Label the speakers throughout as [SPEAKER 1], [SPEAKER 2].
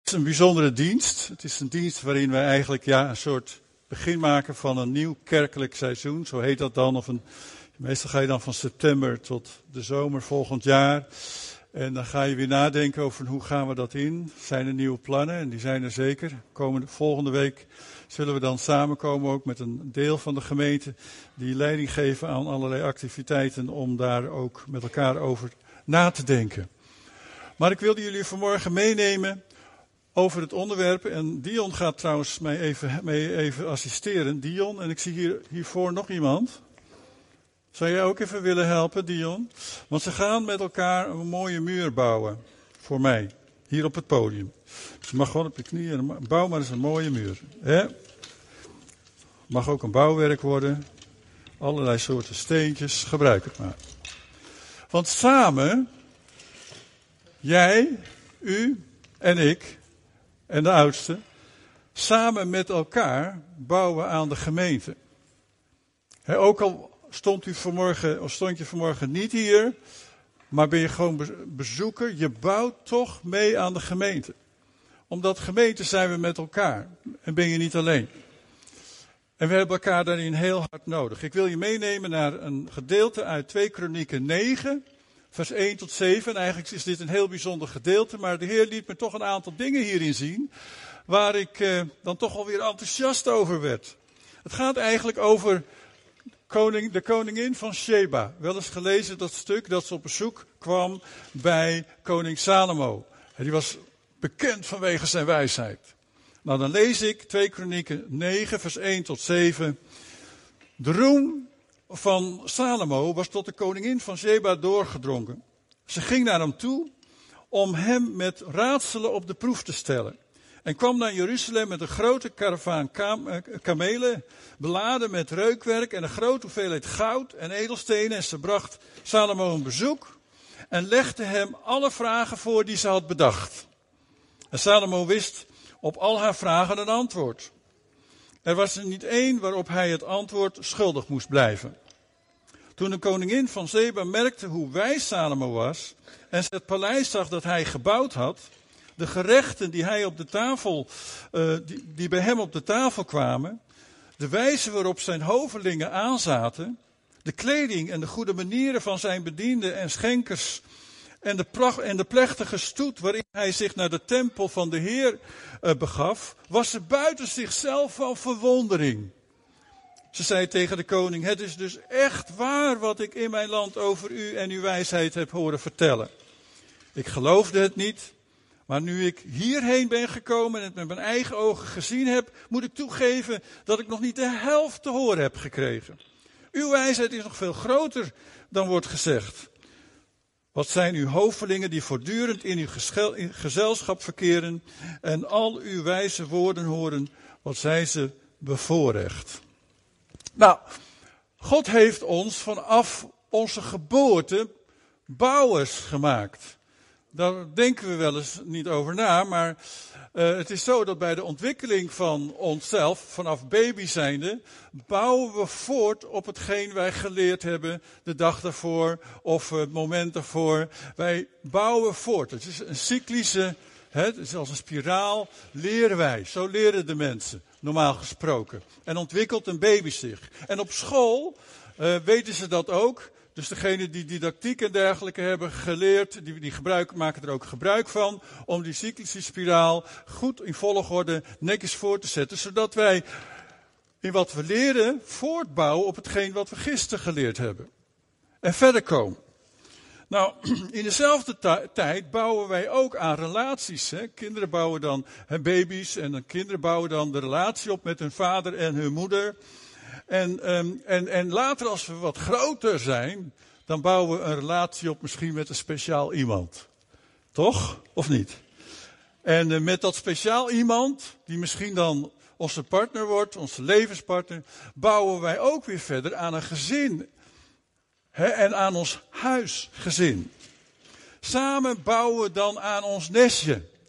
[SPEAKER 1] Het is een bijzondere dienst. Het is een dienst waarin wij eigenlijk een soort begin maken van een nieuw kerkelijk seizoen. Zo heet dat dan. Meestal ga je dan van september tot de zomer volgend jaar. En dan ga je weer nadenken over hoe gaan we dat in. Zijn er nieuwe plannen? En die zijn er zeker. Volgende week zullen we dan samenkomen ook met een deel van de gemeente die leiding geven aan allerlei activiteiten om daar ook met elkaar over na te denken. Maar ik wilde jullie vanmorgen meenemen over het onderwerp. En Dion gaat trouwens mij even assisteren. Dion, en ik zie hiervoor nog iemand. Zou jij ook even willen helpen, Dion? Want ze gaan met elkaar een mooie muur bouwen. Voor mij. Hier op het podium. Dus je mag gewoon op je knieën. Bouw maar eens een mooie muur. Hè? Mag ook een bouwwerk worden. Allerlei soorten steentjes. Gebruik het maar. Want samen, jij, u en ik en de oudste, samen met elkaar bouwen aan de gemeente. Ook al stond je vanmorgen niet hier, maar ben je gewoon bezoeker, je bouwt toch mee aan de gemeente. Omdat gemeente zijn we met elkaar en ben je niet alleen. En we hebben elkaar daarin heel hard nodig. Ik wil je meenemen naar een gedeelte uit 2 Kronieken 9, vers 1 tot 7. En eigenlijk is dit een heel bijzonder gedeelte, maar de Heer liet me toch een aantal dingen hierin zien, waar ik dan toch alweer enthousiast over werd. Het gaat eigenlijk over de koningin van Sheba. Wel eens gelezen dat stuk dat ze op bezoek kwam bij koning Salomo. En die was bekend vanwege zijn wijsheid. Nou, dan lees ik 2 Kronieken 9, vers 1 tot 7. De roem van Salomo was tot de koningin van Sheba doorgedrongen. Ze ging naar hem toe om hem met raadselen op de proef te stellen. En kwam naar Jeruzalem met een grote karavaan kamelen, beladen met reukwerk en een grote hoeveelheid goud en edelstenen. En ze bracht Salomo een bezoek en legde hem alle vragen voor die ze had bedacht. En Salomo wist op al haar vragen een antwoord. Er was er niet één waarop hij het antwoord schuldig moest blijven. Toen de koningin van Sheba merkte hoe wijs Salomo was en ze het paleis zag dat hij gebouwd had, de gerechten die hij op de tafel, die bij hem op de tafel kwamen, de wijze waarop zijn hovelingen aanzaten, de kleding en de goede manieren van zijn bedienden en schenkers en de plechtige stoet waarin hij zich naar de tempel van de Heer begaf, was ze buiten zichzelf van verwondering. Ze zei tegen de koning: het is dus echt waar wat ik in mijn land over u en uw wijsheid heb horen vertellen. Ik geloofde het niet. Maar nu ik hierheen ben gekomen en het met mijn eigen ogen gezien heb, moet ik toegeven dat ik nog niet de helft te horen heb gekregen. Uw wijsheid is nog veel groter dan wordt gezegd. Wat zijn uw hovelingen die voortdurend in uw gezelschap verkeren en al uw wijze woorden horen, wat zijn ze bevoorrecht. Nou, God heeft ons vanaf onze geboorte bouwers gemaakt. Daar denken we wel eens niet over na, maar het is zo dat bij de ontwikkeling van onszelf, vanaf baby zijnde, bouwen we voort op hetgeen wij geleerd hebben de dag daarvoor of het moment daarvoor. Wij bouwen voort. Het is een cyclische, het is als een spiraal, leren wij. Zo leren de mensen, normaal gesproken. En ontwikkelt een baby zich. En op school weten ze dat ook. Dus degenen die didactiek en dergelijke hebben geleerd, die maken er ook gebruik van, om die cyclische spiraal goed in volgorde netjes voor te zetten, zodat wij in wat we leren voortbouwen op hetgeen wat we gisteren geleerd hebben. En verder komen. Nou, in dezelfde tijd bouwen wij ook aan relaties. Hè. Kinderen bouwen dan baby's en dan kinderen bouwen dan de relatie op met hun vader en hun moeder. En later als we wat groter zijn, dan bouwen we een relatie op misschien met een speciaal iemand. Toch? Of niet? En met dat speciaal iemand, die misschien dan onze partner wordt, onze levenspartner, bouwen wij ook weer verder aan een gezin. En aan ons huisgezin. Samen bouwen we dan aan ons nestje.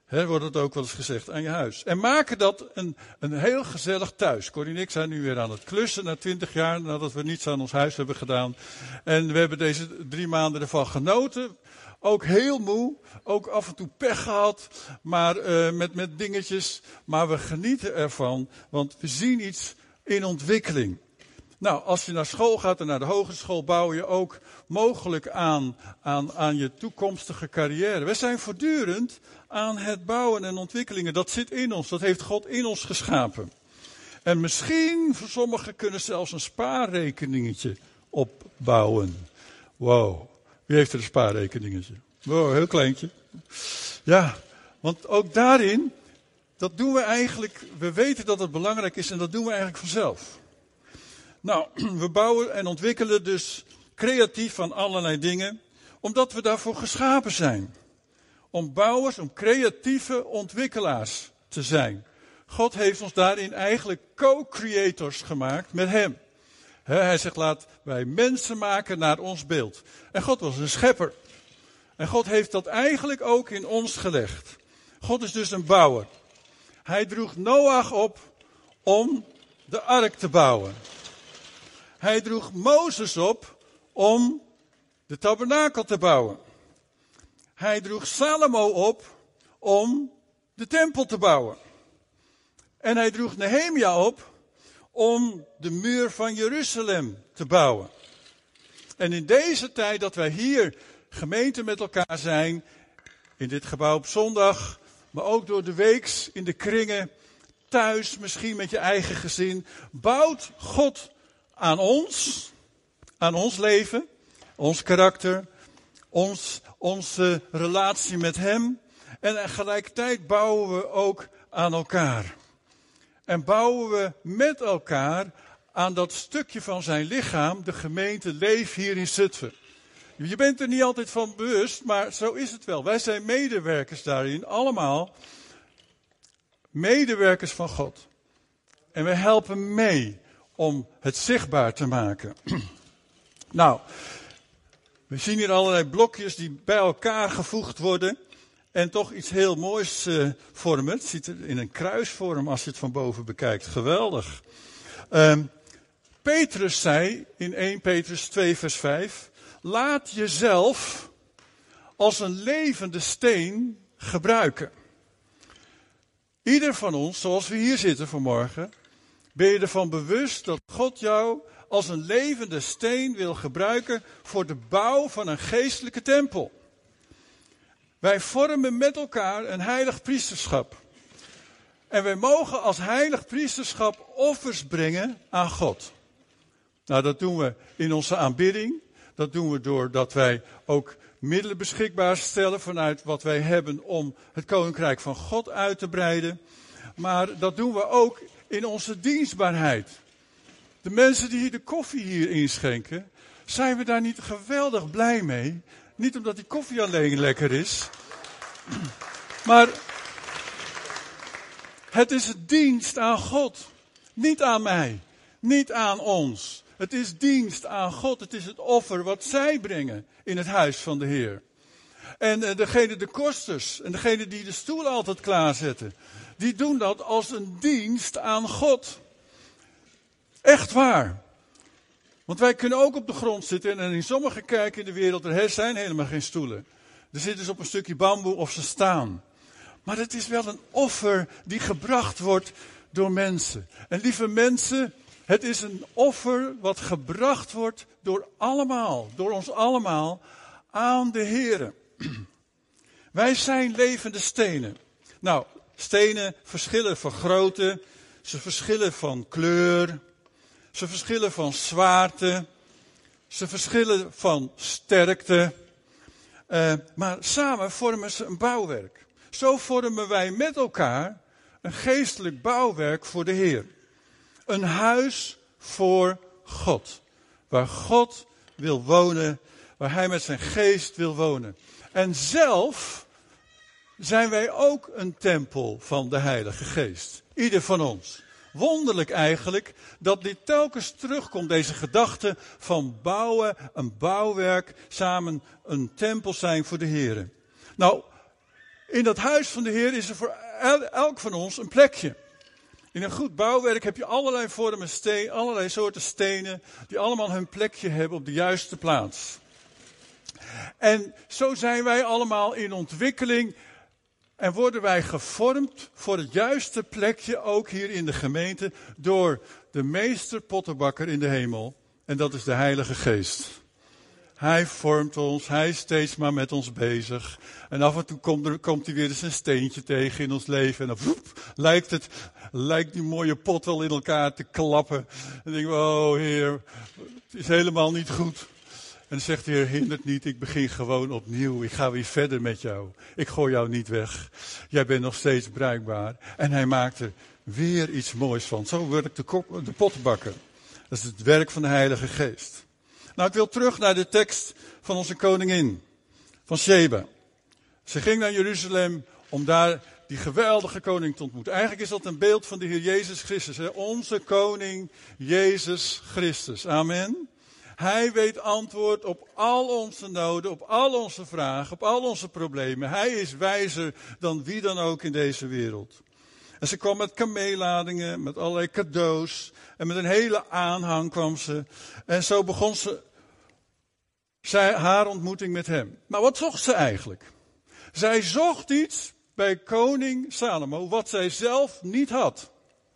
[SPEAKER 1] wordt het ook wel eens gezegd, aan je huis. En maken dat een heel gezellig thuis. Cor en ik zijn nu weer aan het klussen na 20 jaar, nadat we niets aan ons huis hebben gedaan. En we hebben deze 3 maanden ervan genoten. Ook heel moe, ook af en toe pech gehad, maar met dingetjes. Maar we genieten ervan, want we zien iets in ontwikkeling. Nou, als je naar school gaat en naar de hogeschool, bouw je ook mogelijk aan je toekomstige carrière. We zijn voortdurend aan het bouwen en ontwikkelingen. Dat zit in ons, dat heeft God in ons geschapen. En misschien voor sommigen kunnen zelfs een spaarrekeningetje opbouwen. Wow, wie heeft er een spaarrekeningetje? Wow, heel kleintje. Ja, want ook daarin, dat doen we eigenlijk, we weten dat het belangrijk is en dat doen we eigenlijk vanzelf. Nou, we bouwen en ontwikkelen dus creatief van allerlei dingen, omdat we daarvoor geschapen zijn. Om bouwers, om creatieve ontwikkelaars te zijn. God heeft ons daarin eigenlijk co-creators gemaakt met hem. Hij zegt, laat wij mensen maken naar ons beeld. En God was een schepper. En God heeft dat eigenlijk ook in ons gelegd. God is dus een bouwer. Hij droeg Noach op om de ark te bouwen. Hij droeg Mozes op om de tabernakel te bouwen. Hij droeg Salomo op om de tempel te bouwen. En hij droeg Nehemia op om de muur van Jeruzalem te bouwen. En in deze tijd dat wij hier gemeente met elkaar zijn, in dit gebouw op zondag, maar ook door de weeks in de kringen, thuis misschien met je eigen gezin, bouwt God aan ons leven, ons karakter, onze relatie met hem. En tegelijkertijd bouwen we ook aan elkaar. En bouwen we met elkaar aan dat stukje van zijn lichaam, de gemeente Leef hier in Zutphen. Je bent er niet altijd van bewust, maar zo is het wel. Wij zijn medewerkers daarin, allemaal medewerkers van God. En wij helpen mee om het zichtbaar te maken. Nou, we zien hier allerlei blokjes die bij elkaar gevoegd worden en toch iets heel moois vormen. Het ziet er in een kruisvorm als je het van boven bekijkt. Geweldig. Petrus zei in 1 Petrus 2 vers 5, laat jezelf als een levende steen gebruiken. Ieder van ons, zoals we hier zitten vanmorgen, ben je ervan bewust dat God jou als een levende steen wil gebruiken voor de bouw van een geestelijke tempel. Wij vormen met elkaar een heilig priesterschap. En wij mogen als heilig priesterschap offers brengen aan God. Nou, dat doen we in onze aanbidding. Dat doen we doordat wij ook middelen beschikbaar stellen vanuit wat wij hebben om het koninkrijk van God uit te breiden. Maar dat doen we ook in onze dienstbaarheid. De mensen die hier de koffie hier inschenken, zijn we daar niet geweldig blij mee? Niet omdat die koffie alleen lekker is, maar het is het dienst aan God. Niet aan mij, niet aan ons. Het is dienst aan God. Het is het offer wat zij brengen in het huis van de Heer. En de kosters en degene die de stoel altijd klaarzetten, die doen dat als een dienst aan God. Echt waar. Want wij kunnen ook op de grond zitten en in sommige kerken in de wereld, er zijn helemaal geen stoelen. Er zitten ze op een stukje bamboe of ze staan. Maar het is wel een offer die gebracht wordt door mensen. En lieve mensen, het is een offer wat gebracht wordt door ons allemaal, aan de Heere. Wij zijn levende stenen. Nou, stenen verschillen van grootte, ze verschillen van kleur, ze verschillen van zwaarte, ze verschillen van sterkte. Maar samen vormen ze een bouwwerk. Zo vormen wij met elkaar een geestelijk bouwwerk voor de Heer. Een huis voor God. Waar God wil wonen, waar Hij met zijn geest wil wonen. En zelf zijn wij ook een tempel van de Heilige Geest. Ieder van ons. Wonderlijk eigenlijk dat dit telkens terugkomt, deze gedachte van bouwen, een bouwwerk, samen een tempel zijn voor de Heer. Nou, In dat huis van de Heer is er voor elk van ons een plekje. In een goed bouwwerk heb je allerlei vormen steen, allerlei soorten stenen, die allemaal hun plekje hebben op de juiste plaats. En zo zijn wij allemaal in ontwikkeling en worden wij gevormd voor het juiste plekje, ook hier in de gemeente, door de meester pottenbakker in de hemel. En dat is de Heilige Geest. Hij vormt ons, hij is steeds maar met ons bezig. En af en toe komt hij weer eens een steentje tegen in ons leven. En dan lijkt die mooie pot wel in elkaar te klappen. En dan denken we, oh Heer, het is helemaal niet goed. En dan zegt de Heer, hindert niet, ik begin gewoon opnieuw. Ik ga weer verder met jou. Ik gooi jou niet weg. Jij bent nog steeds bruikbaar. En hij maakt er weer iets moois van. Zo word ik de pottenbakker. Dat is het werk van de Heilige Geest. Nou, ik wil terug naar de tekst van onze koningin, van Sheba. Ze ging naar Jeruzalem om daar die geweldige koning te ontmoeten. Eigenlijk is dat een beeld van de Heer Jezus Christus. Hè? Onze koning Jezus Christus. Amen. Hij weet antwoord op al onze noden, op al onze vragen, op al onze problemen. Hij is wijzer dan wie dan ook in deze wereld. En ze kwam met kameelladingen, met allerlei cadeaus. En met een hele aanhang kwam ze. En zo begon haar ontmoeting met hem. Maar wat zocht ze eigenlijk? Zij zocht iets bij koning Salomo wat zij zelf niet had.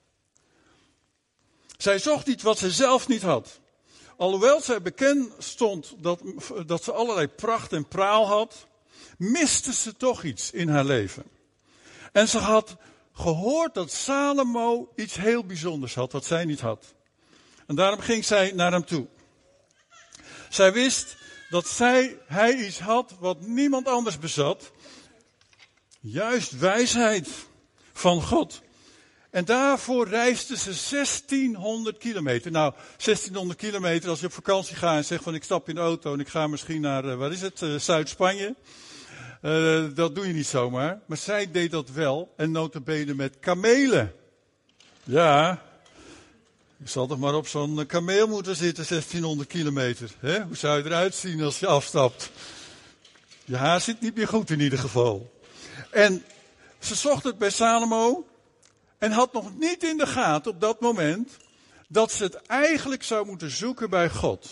[SPEAKER 1] Zij zocht iets wat zij zelf niet had. Alhoewel zij bekend stond dat ze allerlei pracht en praal had, miste ze toch iets in haar leven. En ze had gehoord dat Salomo iets heel bijzonders had, wat zij niet had. En daarom ging zij naar hem toe. Zij wist dat hij iets had wat niemand anders bezat. Juist wijsheid van God. En daarvoor reisde ze 1600 kilometer. Nou, 1600 kilometer als je op vakantie gaat en zegt van ik stap in de auto en ik ga misschien naar, Zuid-Spanje. Dat doe je niet zomaar. Maar zij deed dat wel. En nota bene met kamelen. Ja, je zal toch maar op zo'n kameel moeten zitten, 1600 kilometer. Hè? Hoe zou je eruit zien als je afstapt? Je haar zit niet meer goed in ieder geval. En ze zocht het bij Salomo. En had nog niet in de gaten op dat moment dat ze het eigenlijk zou moeten zoeken bij God.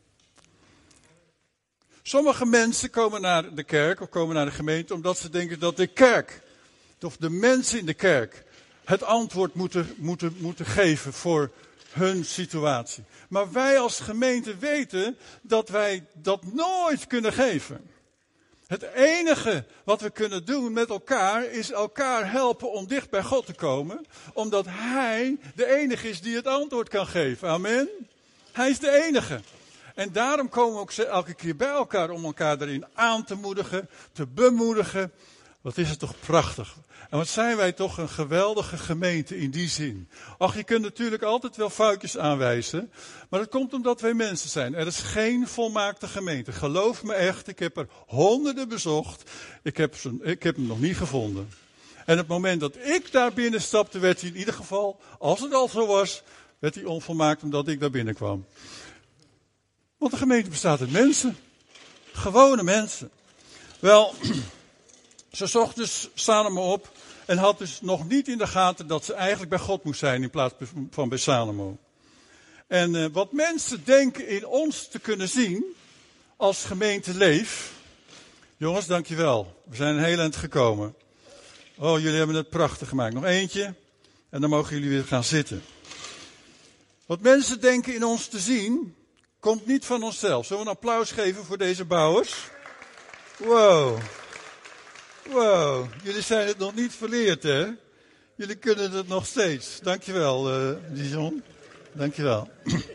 [SPEAKER 1] Sommige mensen komen naar de kerk of komen naar de gemeente omdat ze denken dat de kerk, of de mensen in de kerk, het antwoord moeten geven voor hun situatie. Maar wij als gemeente weten dat wij dat nooit kunnen geven. Het enige wat we kunnen doen met elkaar is elkaar helpen om dicht bij God te komen. Omdat Hij de enige is die het antwoord kan geven. Amen. Hij is de enige. En daarom komen we ook elke keer bij elkaar om elkaar erin aan te moedigen, te bemoedigen. Wat is het toch prachtig. En wat zijn wij toch een geweldige gemeente in die zin. Ach, je kunt natuurlijk altijd wel foutjes aanwijzen. Maar dat komt omdat wij mensen zijn. Er is geen volmaakte gemeente. Geloof me echt, ik heb er honderden bezocht. Ik heb hem nog niet gevonden. En op het moment dat ik daar binnen stapte, werd hij in ieder geval, als het al zo was, werd hij onvolmaakt omdat ik daar binnenkwam. Want de gemeente bestaat uit mensen. Gewone mensen. Wel, ze zocht dus Salomo op en had dus nog niet in de gaten dat ze eigenlijk bij God moest zijn in plaats van bij Salomo. En wat mensen denken in ons te kunnen zien als gemeente Leef. Jongens, dankjewel. We zijn een heel eind gekomen. Oh, jullie hebben het prachtig gemaakt. Nog eentje en dan mogen jullie weer gaan zitten. Wat mensen denken in ons te zien, komt niet van onszelf. Zullen we een applaus geven voor deze bouwers? Wow. Wow, jullie zijn het nog niet verleerd, hè? Jullie kunnen het nog steeds. Dankjewel, Dijon. Dankjewel.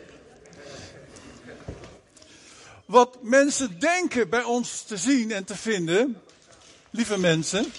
[SPEAKER 1] Wat mensen denken bij ons te zien en te vinden, lieve mensen.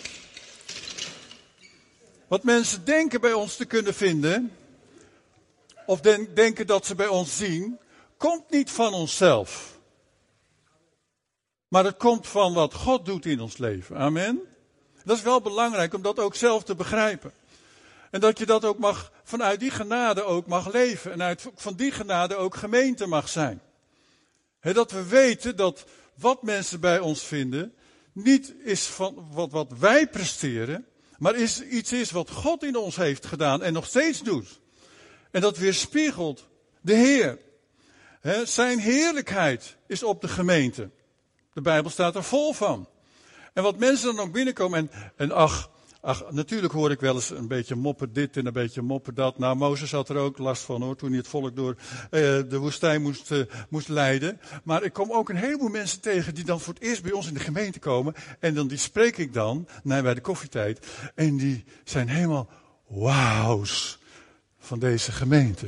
[SPEAKER 1] Wat mensen denken bij ons te kunnen vinden, of denken dat ze bij ons zien, komt niet van onszelf. Maar het komt van wat God doet in ons leven. Amen. Dat is wel belangrijk om dat ook zelf te begrijpen. En dat je dat ook vanuit die genade ook mag leven. En van die genade ook gemeente mag zijn. Dat we weten dat wat mensen bij ons vinden niet is van wat wij presteren, maar iets is wat God in ons heeft gedaan en nog steeds doet. En dat weerspiegelt de Heer. Zijn heerlijkheid is op de gemeente. De Bijbel staat er vol van. En wat mensen dan ook binnenkomen en ach, natuurlijk hoor ik wel eens een beetje moppen dit en een beetje moppen dat. Nou, Mozes had er ook last van hoor, toen hij het volk door de woestijn moest leiden. Maar ik kom ook een heleboel mensen tegen die dan voor het eerst bij ons in de gemeente komen. En dan die spreek ik dan, bij de koffietijd. En die zijn helemaal wauws van deze gemeente.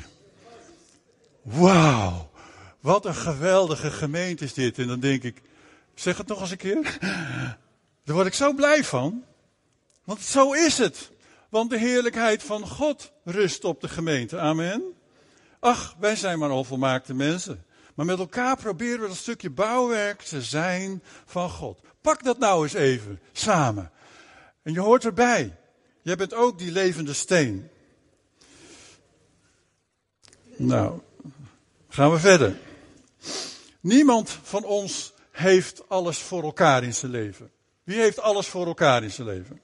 [SPEAKER 1] Wauw, wat een geweldige gemeente is dit. En dan denk ik, zeg het nog eens een keer. Daar word ik zo blij van. Want zo is het. Want de heerlijkheid van God rust op de gemeente. Amen. Ach, wij zijn maar onvolmaakte mensen. Maar met elkaar proberen we dat stukje bouwwerk te zijn van God. Pak dat nou eens even, samen. En je hoort erbij. Jij bent ook die levende steen. Nou, gaan we verder. Niemand van ons heeft alles voor elkaar in zijn leven. Wie heeft alles voor elkaar in zijn leven?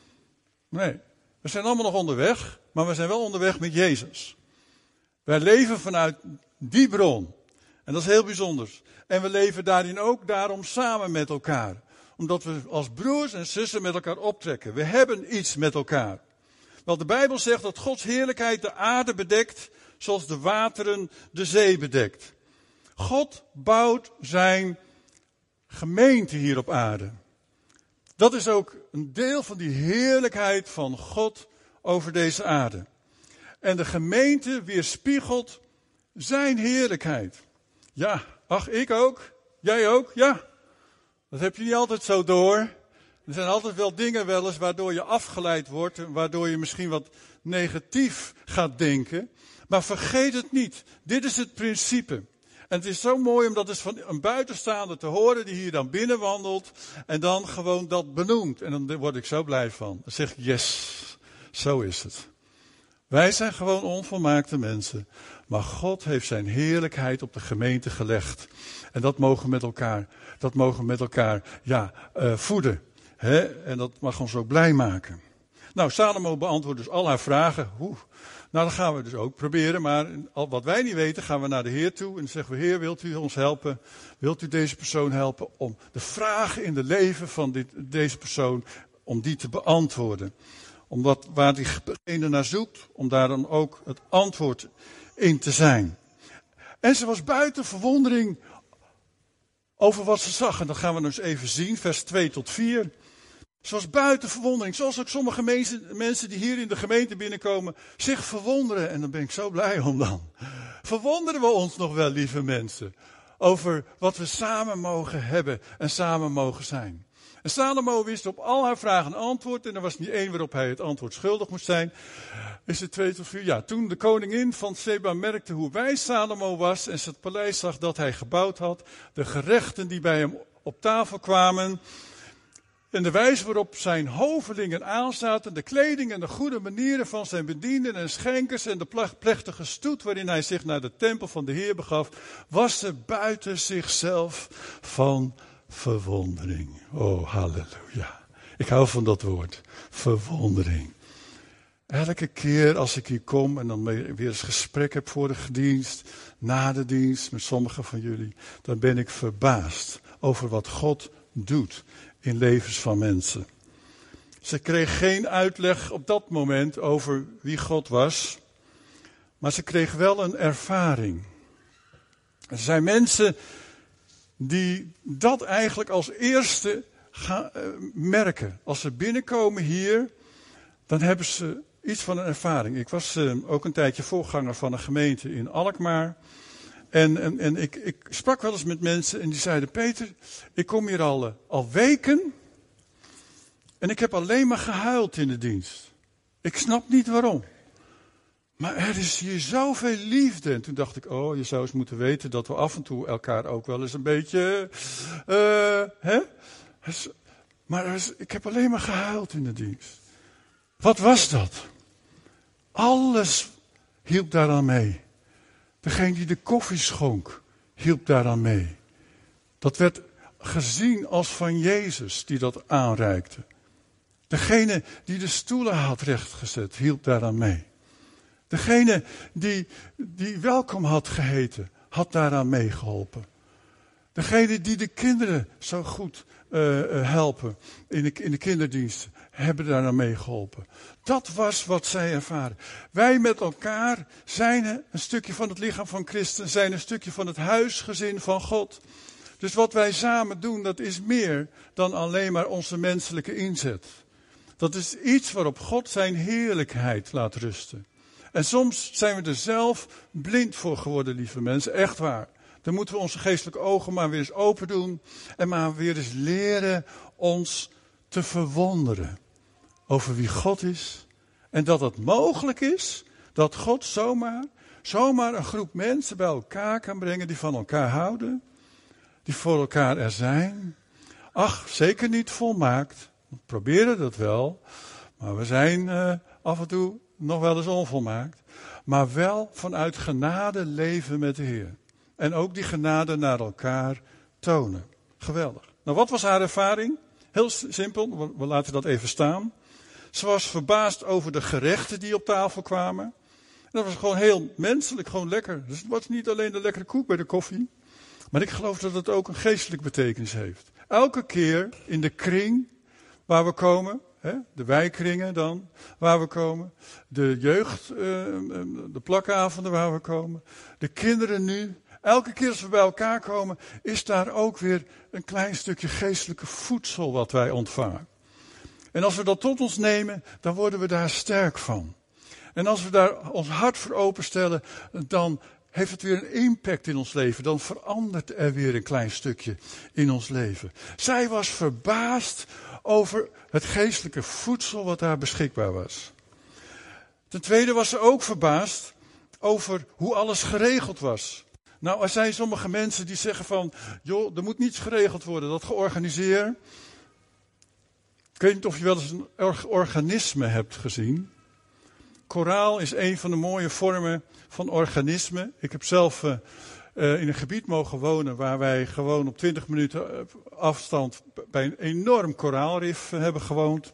[SPEAKER 1] Nee, we zijn allemaal nog onderweg, maar we zijn wel onderweg met Jezus. Wij leven vanuit die bron. En dat is heel bijzonder. En we leven daarin ook daarom samen met elkaar. Omdat we als broers en zussen met elkaar optrekken. We hebben iets met elkaar. Want de Bijbel zegt dat Gods heerlijkheid de aarde bedekt, zoals de wateren de zee bedekt. God bouwt zijn gemeente hier op aarde. Dat is ook een deel van die heerlijkheid van God over deze aarde. En de gemeente weerspiegelt zijn heerlijkheid. Ja, ach, ik ook. Jij ook, ja. Dat heb je niet altijd zo door. Er zijn altijd wel dingen wel eens waardoor je afgeleid wordt. Waardoor je misschien wat negatief gaat denken. Maar vergeet het niet. Dit is het principe. En het is zo mooi om dat eens van een buitenstaander te horen die hier dan binnenwandelt. En dan gewoon dat benoemt. En dan word ik zo blij van. Dan zeg ik, yes, zo is het. Wij zijn gewoon onvolmaakte mensen. Maar God heeft zijn heerlijkheid op de gemeente gelegd. En dat mogen we met elkaar voeden. En dat mag ons ook blij maken. Nou, Salomo beantwoordt dus al haar vragen. Nou, dat gaan we dus ook proberen. Maar wat wij niet weten, gaan we naar de Heer toe. En dan zeggen we, Heer, wilt u ons helpen? Wilt u deze persoon helpen om de vragen in het leven van deze persoon, om die te beantwoorden? Omdat waar diegene naar zoekt, om daar dan ook het antwoord in te zijn. En ze was buiten verwondering over wat ze zag. En dat gaan we dus even zien, vers 2 tot 4. Ze was buiten verwondering, zoals ook sommige mensen die hier in de gemeente binnenkomen zich verwonderen. En dan ben ik zo blij om dan. Verwonderen we ons nog wel, lieve mensen, over wat we samen mogen hebben en samen mogen zijn. En Salomo wist op al haar vragen een antwoord. En er was niet één waarop hij het antwoord schuldig moest zijn. Is het 2 tot 4? Ja, toen de koningin van Seba merkte hoe wijs Salomo was en ze het paleis zag dat hij gebouwd had, de gerechten die bij hem op tafel kwamen en de wijze waarop zijn hovelingen aanzaten, de kleding en de goede manieren van zijn bedienden en schenkers en de plechtige stoet waarin hij zich naar de tempel van de Heer begaf, was ze buiten zichzelf van verwondering. Oh, halleluja. Ik hou van dat woord. Verwondering. Elke keer als ik hier kom en dan weer eens gesprek heb voor de dienst, na de dienst met sommigen van jullie, dan ben ik verbaasd over wat God doet in levens van mensen. Ze kreeg geen uitleg op dat moment over wie God was, maar ze kreeg wel een ervaring. Er zijn mensen die dat eigenlijk als eerste gaan merken. Als ze binnenkomen hier, dan hebben ze iets van een ervaring. Ik was ook een tijdje voorganger van een gemeente in Alkmaar. En ik sprak wel eens met mensen en die zeiden, Peter, ik kom hier al weken en ik heb alleen maar gehuild in de dienst. Ik snap niet waarom. Maar er is hier zoveel liefde. En toen dacht ik, je zou eens moeten weten dat we af en toe elkaar ook wel eens een beetje, Maar ik heb alleen maar gehuild in de dienst. Wat was dat? Alles hielp daaraan mee. Degene die de koffie schonk, hielp daaraan mee. Dat werd gezien als van Jezus die dat aanreikte. Degene die de stoelen had rechtgezet, hielp daaraan mee. Degene die welkom had geheten, had daaraan meegeholpen. Degene die de kinderen zo goed helpen in de kinderdienst, hebben daaraan meegeholpen. Dat was wat zij ervaren. Wij met elkaar zijn een stukje van het lichaam van Christus, zijn een stukje van het huisgezin van God. Dus wat wij samen doen, dat is meer dan alleen maar onze menselijke inzet. Dat is iets waarop God zijn heerlijkheid laat rusten. En soms zijn we er zelf blind voor geworden, lieve mensen. Echt waar. Dan moeten we onze geestelijke ogen maar weer eens open doen. En maar weer eens leren ons te verwonderen over wie God is. En dat het mogelijk is dat God zomaar een groep mensen bij elkaar kan brengen die van elkaar houden. Die voor elkaar er zijn. Ach, zeker niet volmaakt. We proberen dat wel. Maar we zijn af en toe nog wel eens onvolmaakt. Maar wel vanuit genade leven met de Heer. En ook die genade naar elkaar tonen. Geweldig. Nou, wat was haar ervaring? Heel simpel, we laten dat even staan. Ze was verbaasd over de gerechten die op tafel kwamen. En dat was gewoon heel menselijk, gewoon lekker. Dus het was niet alleen de lekkere koek bij de koffie. Maar ik geloof dat het ook een geestelijke betekenis heeft. Elke keer in de kring waar we komen, de wijkkringen dan, waar we komen, de jeugd, de plakavonden waar we komen, de kinderen nu. Elke keer als we bij elkaar komen, is daar ook weer een klein stukje geestelijke voedsel wat wij ontvangen. En als we dat tot ons nemen, dan worden we daar sterk van. En als we daar ons hart voor openstellen, dan heeft het weer een impact in ons leven. Dan verandert er weer een klein stukje in ons leven. Zij was verbaasd over het geestelijke voedsel wat daar beschikbaar was. Ten tweede was ze ook verbaasd over hoe alles geregeld was. Nou, er zijn sommige mensen die zeggen van, joh, er moet niets geregeld worden, dat georganiseerd. Ik weet niet of je wel eens een organisme hebt gezien. Koraal is een van de mooie vormen van organisme. Ik heb zelf in een gebied mogen wonen waar wij gewoon op 20 minuten afstand bij een enorm koraalrif hebben gewoond.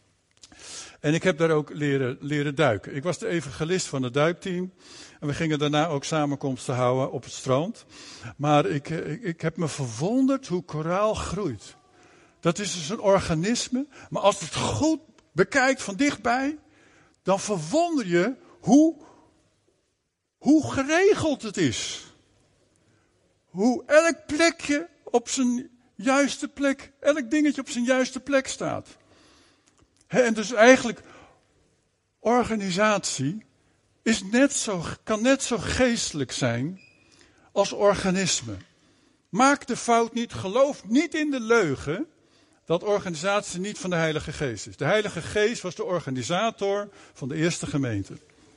[SPEAKER 1] En ik heb daar ook leren duiken. Ik was de evangelist van het duikteam. En we gingen daarna ook samenkomsten houden op het strand. Maar ik heb me verwonderd hoe koraal groeit. Dat is dus een organisme. Maar als je het goed bekijkt van dichtbij, dan verwonder je hoe geregeld het is. Hoe elk plekje op zijn juiste plek, elk dingetje op zijn juiste plek staat. En dus eigenlijk, organisatie kan net zo geestelijk zijn als organisme. Maak de fout niet, geloof niet in de leugen dat organisatie niet van de Heilige Geest is. De Heilige Geest was de organisator van de eerste gemeente.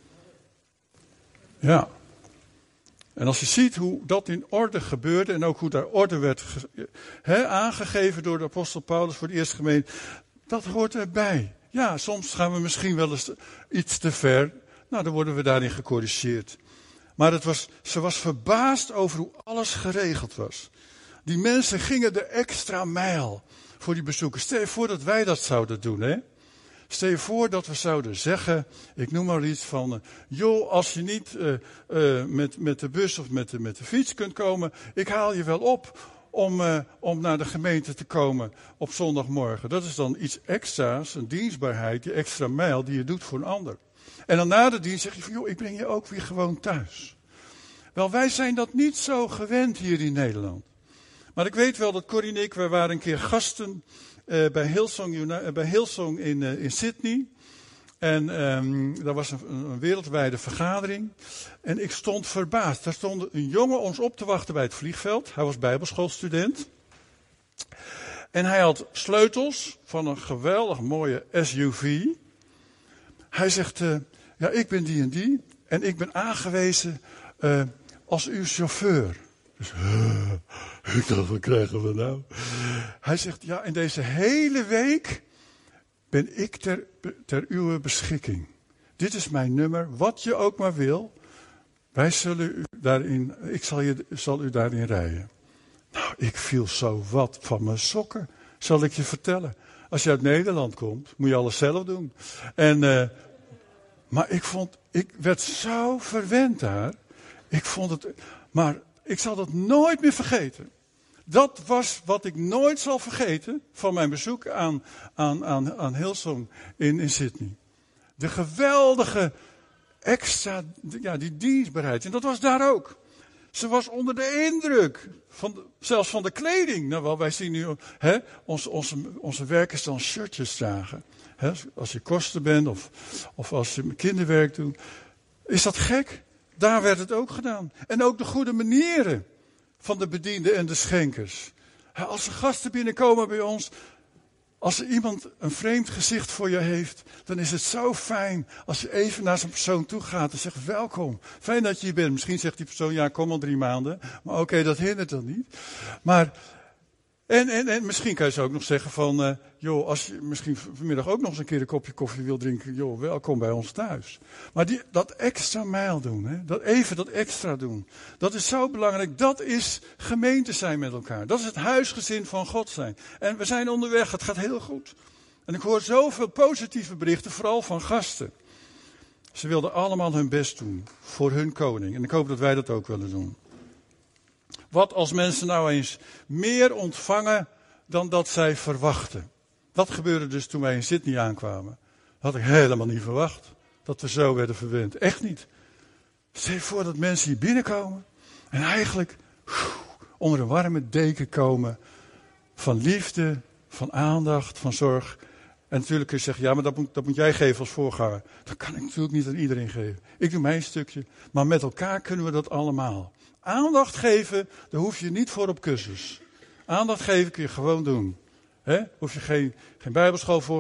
[SPEAKER 1] Ja. En als je ziet hoe dat in orde gebeurde en ook hoe daar orde werd aangegeven door de apostel Paulus voor de eerste gemeente, dat hoort erbij. Ja, soms gaan we misschien wel eens iets te ver. Nou, dan worden we daarin gecorrigeerd. Maar ze was verbaasd over hoe alles geregeld was. Die mensen gingen de extra mijl voor die bezoekers. Stel je voor dat wij dat zouden doen, hè? Stel je voor dat we zouden zeggen, ik noem maar iets van, joh, als je niet met de bus of met de fiets kunt komen, ik haal je wel op om naar de gemeente te komen op zondagmorgen. Dat is dan iets extra's, een dienstbaarheid, die extra mijl die je doet voor een ander. En dan na de dienst zeg je van, joh, ik breng je ook weer gewoon thuis. Wel, wij zijn dat niet zo gewend hier in Nederland. Maar ik weet wel dat Corrie en ik, wij waren een keer gasten bij Hillsong in Sydney. En daar was een wereldwijde vergadering. En ik stond verbaasd. Daar stond een jongen ons op te wachten bij het vliegveld. Hij was bijbelschoolstudent. En hij had sleutels van een geweldig mooie SUV. Hij zegt, ja, ik ben die en die. En ik ben aangewezen als uw chauffeur. Dus, ik dacht, wat krijgen we nou? Hij zegt, ja, in deze hele week ben ik ter uw beschikking. Dit is mijn nummer, wat je ook maar wil. Wij zullen u daarin, zal u daarin rijden. Nou, ik viel zo wat van mijn sokken, zal ik je vertellen. Als je uit Nederland komt, moet je alles zelf doen. Maar ik werd zo verwend daar. Maar ik zal dat nooit meer vergeten. Dat was wat ik nooit zal vergeten van mijn bezoek aan Hillsong in Sydney. De geweldige die dienstbaarheid. En dat was daar ook. Ze was onder de indruk, zelfs van de kleding. Nou, wij zien nu onze werkers dan shirtjes dragen. Als je koster bent of als je kinderwerk doet. Is dat gek? Daar werd het ook gedaan. En ook de goede manieren van de bedienden en de schenkers. Als er gasten binnenkomen bij ons, als er iemand een vreemd gezicht voor je heeft, dan is het zo fijn als je even naar zo'n persoon toe gaat en zegt welkom. Fijn dat je hier bent. Misschien zegt die persoon, ja, kom al 3 maanden. Maar oké, dat hindert dan niet. Maar, en misschien kan je ze ook nog zeggen van, joh, als je misschien vanmiddag ook nog eens een keer een kopje koffie wil drinken, joh, welkom bij ons thuis. Maar dat extra mijl doen, hè? Dat extra doen. Dat is zo belangrijk. Dat is gemeente zijn met elkaar. Dat is het huisgezin van God zijn. En we zijn onderweg, het gaat heel goed. En ik hoor zoveel positieve berichten, vooral van gasten. Ze wilden allemaal hun best doen voor hun koning. En ik hoop dat wij dat ook willen doen. Wat als mensen nou eens meer ontvangen dan dat zij verwachten? Dat gebeurde dus toen wij in Sydney aankwamen. Dat had ik helemaal niet verwacht. Dat we zo werden verwend. Echt niet. Stel je voor dat mensen hier binnenkomen. En eigenlijk onder een warme deken komen. Van liefde, van aandacht, van zorg. En natuurlijk kun je zeggen, ja, maar dat moet jij geven als voorganger. Dat kan ik natuurlijk niet aan iedereen geven. Ik doe mijn stukje. Maar met elkaar kunnen we dat allemaal. Aandacht geven, daar hoef je niet voor op cursus. Aandacht geven kun je gewoon doen. Hoef je geen bijbelschool voor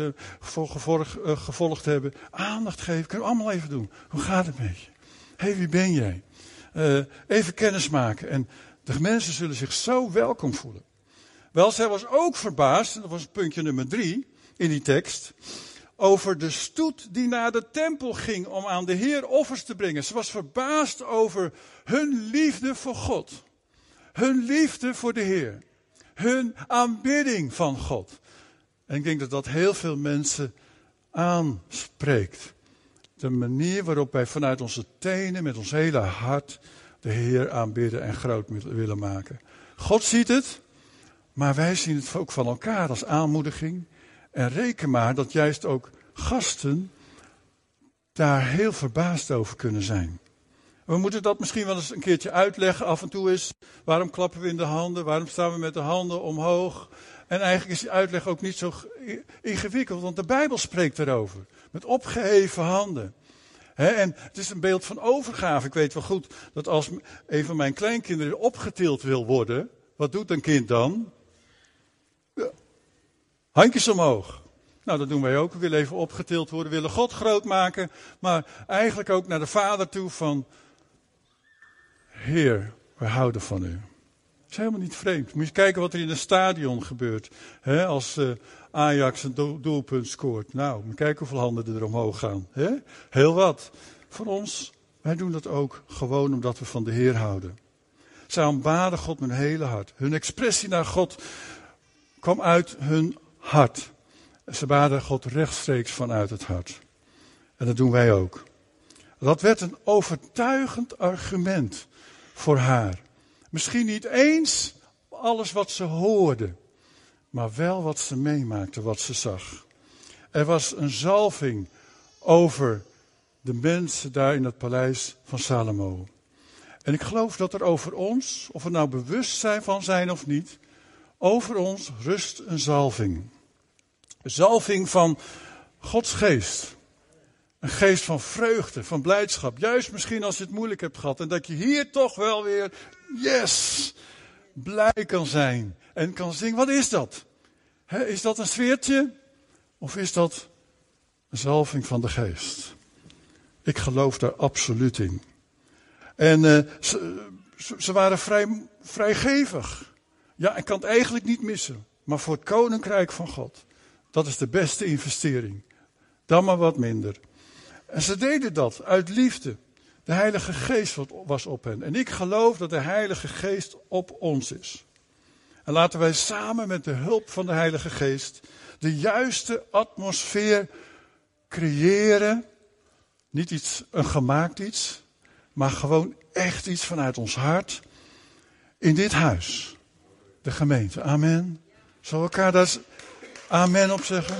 [SPEAKER 1] gevolgd te hebben. Aandacht geven, kunnen we allemaal even doen. Hoe gaat het met je? Wie ben jij? Even kennis maken. En de mensen zullen zich zo welkom voelen. Wel, zij was ook verbaasd, en dat was puntje nummer 3 in die tekst, over de stoet die naar de tempel ging om aan de Heer offers te brengen. Ze was verbaasd over hun liefde voor God. Hun liefde voor de Heer. Hun aanbidding van God. En ik denk dat dat heel veel mensen aanspreekt. De manier waarop wij vanuit onze tenen, met ons hele hart, de Heer aanbidden en groot willen maken. God ziet het, maar wij zien het ook van elkaar als aanmoediging. En reken maar dat juist ook gasten daar heel verbaasd over kunnen zijn. We moeten dat misschien wel eens een keertje uitleggen af en toe eens. Waarom klappen we in de handen? Waarom staan we met de handen omhoog? En eigenlijk is die uitleg ook niet zo ingewikkeld, want de Bijbel spreekt erover. Met opgeheven handen. En het is een beeld van overgave. Ik weet wel goed dat als een van mijn kleinkinderen opgetild wil worden, wat doet een kind dan? Ja. Handjes omhoog. Nou, dat doen wij ook. We willen even opgetild worden, we willen God groot maken. Maar eigenlijk ook naar de Vader toe van, Heer, we houden van u. Dat is helemaal niet vreemd. Moet je kijken wat er in een stadion gebeurt. Als Ajax een doelpunt scoort. Nou, moet je kijken hoeveel handen er omhoog gaan. Heel wat. Voor ons, wij doen dat ook gewoon omdat we van de Heer houden. Zij aanbaden God met hun hele hart. Hun expressie naar God kwam uit hun hart. Ze baden God rechtstreeks vanuit het hart. En dat doen wij ook. Dat werd een overtuigend argument voor haar. Misschien niet eens alles wat ze hoorde, maar wel wat ze meemaakte, wat ze zag. Er was een zalving over de mensen daar in het paleis van Salomo. En ik geloof dat er over ons, of we nou bewust van zijn of niet, over ons rust een zalving. Een zalving van Gods geest. Een geest van vreugde, van blijdschap. Juist misschien als je het moeilijk hebt gehad. En dat je hier toch wel weer, yes, blij kan zijn. En kan zingen, wat is dat? Is dat een sfeertje? Of is dat een zalving van de geest? Ik geloof daar absoluut in. En ze waren vrijgevig. Ja, ik kan het eigenlijk niet missen. Maar voor het koninkrijk van God. Dat is de beste investering. Dan maar wat minder. En ze deden dat uit liefde. De Heilige Geest was op hen. En ik geloof dat de Heilige Geest op ons is. En laten wij samen met de hulp van de Heilige Geest de juiste atmosfeer creëren. Niet een gemaakt iets, maar gewoon echt iets vanuit ons hart. In dit huis. De gemeente. Amen. Zullen we elkaar daar amen op zeggen?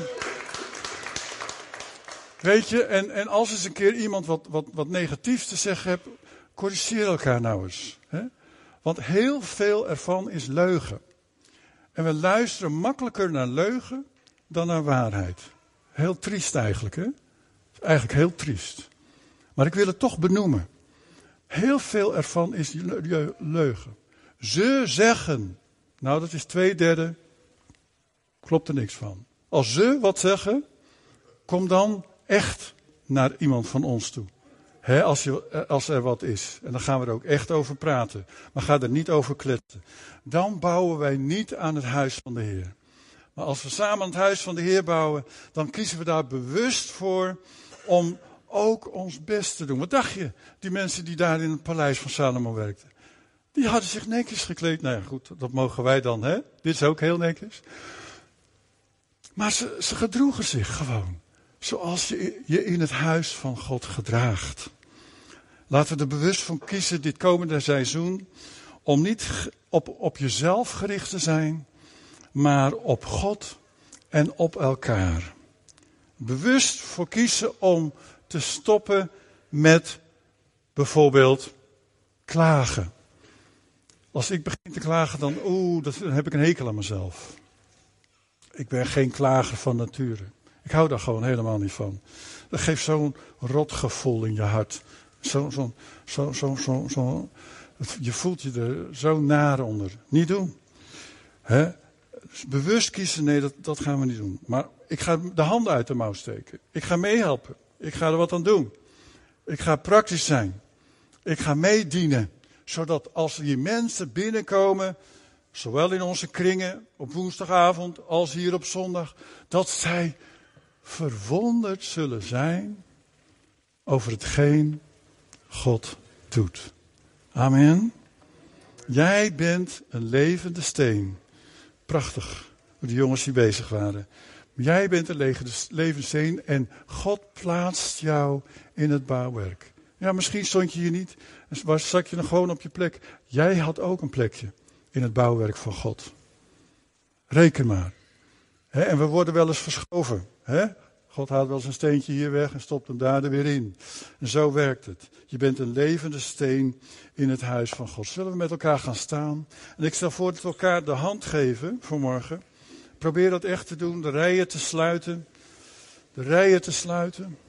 [SPEAKER 1] Weet je, en als eens een keer iemand wat negatiefs te zeggen hebt, corrigeer elkaar nou eens. Hè? Want heel veel ervan is leugen. En we luisteren makkelijker naar leugen dan naar waarheid. Heel triest eigenlijk, hè? Eigenlijk heel triest. Maar ik wil het toch benoemen. Heel veel ervan is leugen. Ze zeggen. Nou, dat is 2/3. Klopt er niks van. Als ze wat zeggen, kom dan echt naar iemand van ons toe. Als er wat is. En dan gaan we er ook echt over praten. Maar ga er niet over kletsen. Dan bouwen wij niet aan het huis van de Heer. Maar als we samen aan het huis van de Heer bouwen, dan kiezen we daar bewust voor om ook ons best te doen. Wat dacht je? Die mensen die daar in het paleis van Salomo werkten. Die hadden zich netjes gekleed. Nou ja, goed, dat mogen wij dan, hè? Dit is ook heel netjes. Maar ze gedroegen zich gewoon. Zoals je je in het huis van God gedraagt. Laten we er bewust van kiezen dit komende seizoen. Om niet op jezelf gericht te zijn. Maar op God en op elkaar. Bewust voor kiezen om te stoppen met bijvoorbeeld klagen. Als ik begin te klagen, dan heb ik een hekel aan mezelf. Ik ben geen klager van nature. Ik hou daar gewoon helemaal niet van. Dat geeft zo'n rotgevoel in je hart. Je voelt je er zo naar onder. Niet doen. Hè? Dus bewust kiezen, nee, dat gaan we niet doen. Maar ik ga de handen uit de mouw steken. Ik ga meehelpen. Ik ga er wat aan doen. Ik ga praktisch zijn. Ik ga meedienen. Zodat als hier mensen binnenkomen, zowel in onze kringen op woensdagavond als hier op zondag, dat zij verwonderd zullen zijn over hetgeen God doet. Amen. Jij bent een levende steen. Prachtig, hoe die jongens hier bezig waren. Jij bent een levende steen en God plaatst jou in het bouwwerk. Ja, misschien stond je hier niet, zat je nog gewoon op je plek. Jij had ook een plekje in het bouwwerk van God. Reken maar. En we worden wel eens verschoven. God haalt wel eens een steentje hier weg en stopt hem daar weer in. En zo werkt het. Je bent een levende steen in het huis van God. Zullen we met elkaar gaan staan? En ik stel voor dat we elkaar de hand geven vanmorgen. Probeer dat echt te doen. De rijen te sluiten. De rijen te sluiten.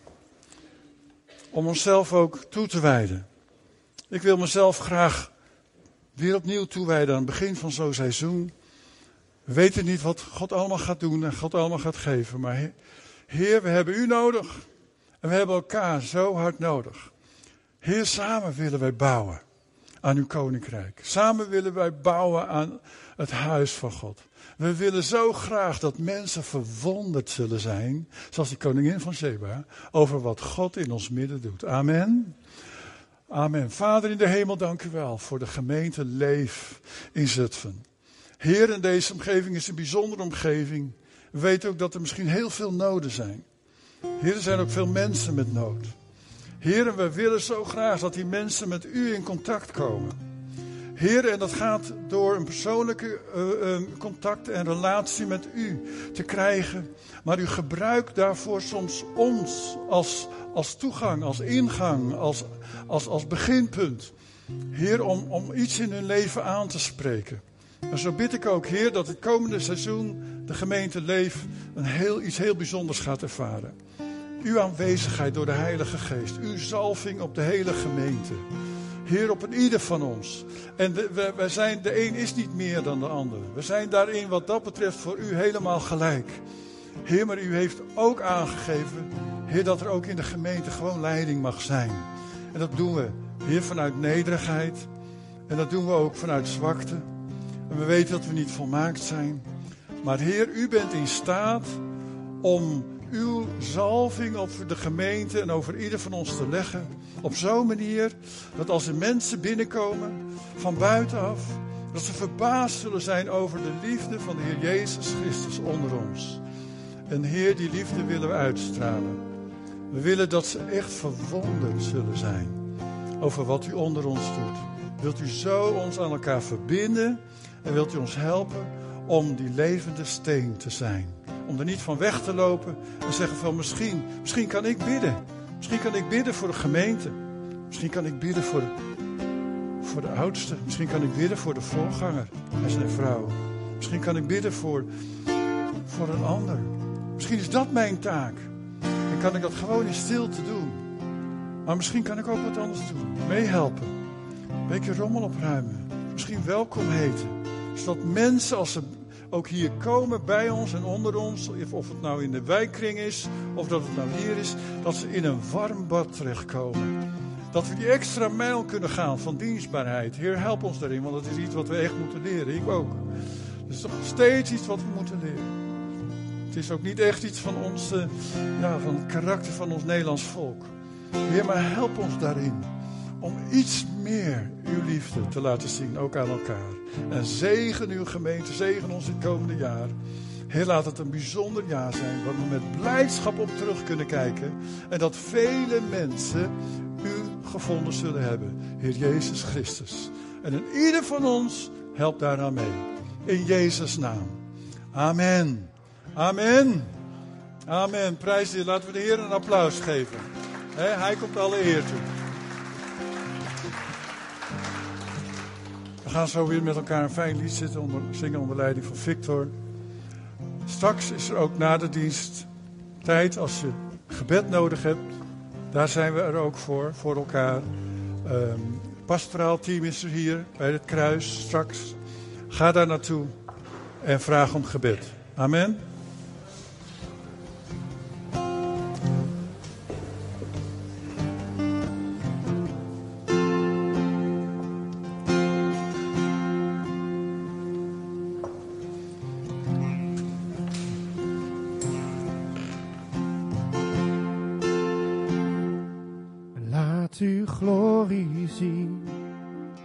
[SPEAKER 1] Om onszelf ook toe te wijden. Ik wil mezelf graag weer opnieuw toewijden aan het begin van zo'n seizoen. We weten niet wat God allemaal gaat doen en God allemaal gaat geven. Maar Heer, we hebben u nodig. En we hebben elkaar zo hard nodig. Heer, samen willen wij bouwen aan uw koninkrijk. Samen willen wij bouwen aan het huis van God. We willen zo graag dat mensen verwonderd zullen zijn, zoals die koningin van Sheba, over wat God in ons midden doet. Amen. Amen. Vader in de hemel, dank u wel voor de gemeente Leef in Zutphen. Heer, in deze omgeving is een bijzondere omgeving. We weten ook dat er misschien heel veel noden zijn. Heer, er zijn ook veel mensen met nood. Heer, en we willen zo graag dat die mensen met u in contact komen. Heer, en dat gaat door een persoonlijke contact en relatie met u te krijgen. Maar u gebruikt daarvoor soms ons als toegang, als ingang, als beginpunt. Heer, om iets in hun leven aan te spreken. En zo bid ik ook, Heer, dat het komende seizoen de gemeente Leef iets heel bijzonders gaat ervaren. Uw aanwezigheid door de Heilige Geest. Uw zalving op de hele gemeente. Heer, op ieder van ons. En de een is niet meer dan de ander. We zijn daarin wat dat betreft voor u helemaal gelijk. Heer, maar u heeft ook aangegeven, Heer, dat er ook in de gemeente gewoon leiding mag zijn. En dat doen we, Heer, vanuit nederigheid. En dat doen we ook vanuit zwakte. En we weten dat we niet volmaakt zijn. Maar Heer, u bent in staat om uw zalving over de gemeente en over ieder van ons te leggen. Op zo'n manier dat als er mensen binnenkomen van buitenaf, Dat ze verbaasd zullen zijn over de liefde van de Heer Jezus Christus onder ons. En Heer, die liefde willen we uitstralen. We willen dat ze echt verwonderd zullen zijn over wat u onder ons doet. Wilt u zo ons aan elkaar verbinden en wilt u ons helpen om die levende steen te zijn. Om er niet van weg te lopen en zeggen van misschien kan ik bidden. Misschien kan ik bidden voor de gemeente. Misschien kan ik bidden voor de oudste. Misschien kan ik bidden voor de voorganger en zijn vrouw. Misschien kan ik bidden voor een ander. Misschien is dat mijn taak. En kan ik dat gewoon in stilte doen. Maar misschien kan ik ook wat anders doen. Meehelpen. Een beetje rommel opruimen. Misschien welkom heten. Zodat mensen, als ze ook hier komen bij ons en onder ons, of het nou in de wijkkring is, of dat het nou hier is, dat ze in een warm bad terechtkomen. Dat we die extra mijl kunnen gaan van dienstbaarheid. Heer, help ons daarin, want dat is iets wat we echt moeten leren. Ik ook. Het is toch steeds iets wat we moeten leren. Het is ook niet echt iets van ons, van het karakter van ons Nederlands volk. Heer, maar help ons daarin. Om iets meer uw liefde te laten zien, ook aan elkaar. En zegen uw gemeente, zegen ons in het komende jaar. Heer, laat het een bijzonder jaar zijn, waar we met blijdschap op terug kunnen kijken. En dat vele mensen u gevonden zullen hebben. Heer Jezus Christus. En in ieder van ons helpt daaraan mee. In Jezus' naam. Amen. Amen. Amen. Prijs de Heer. Laten we de Heer een applaus geven. Hij komt alle eer toe. We gaan zo weer met elkaar een fijn lied zingen onder leiding van Victor. Straks is er ook na de dienst tijd als je gebed nodig hebt. Daar zijn we er ook voor elkaar. Pastoraal team is er hier bij het kruis straks. Ga daar naartoe en vraag om gebed. Amen.
[SPEAKER 2] Laat uw glorie zien.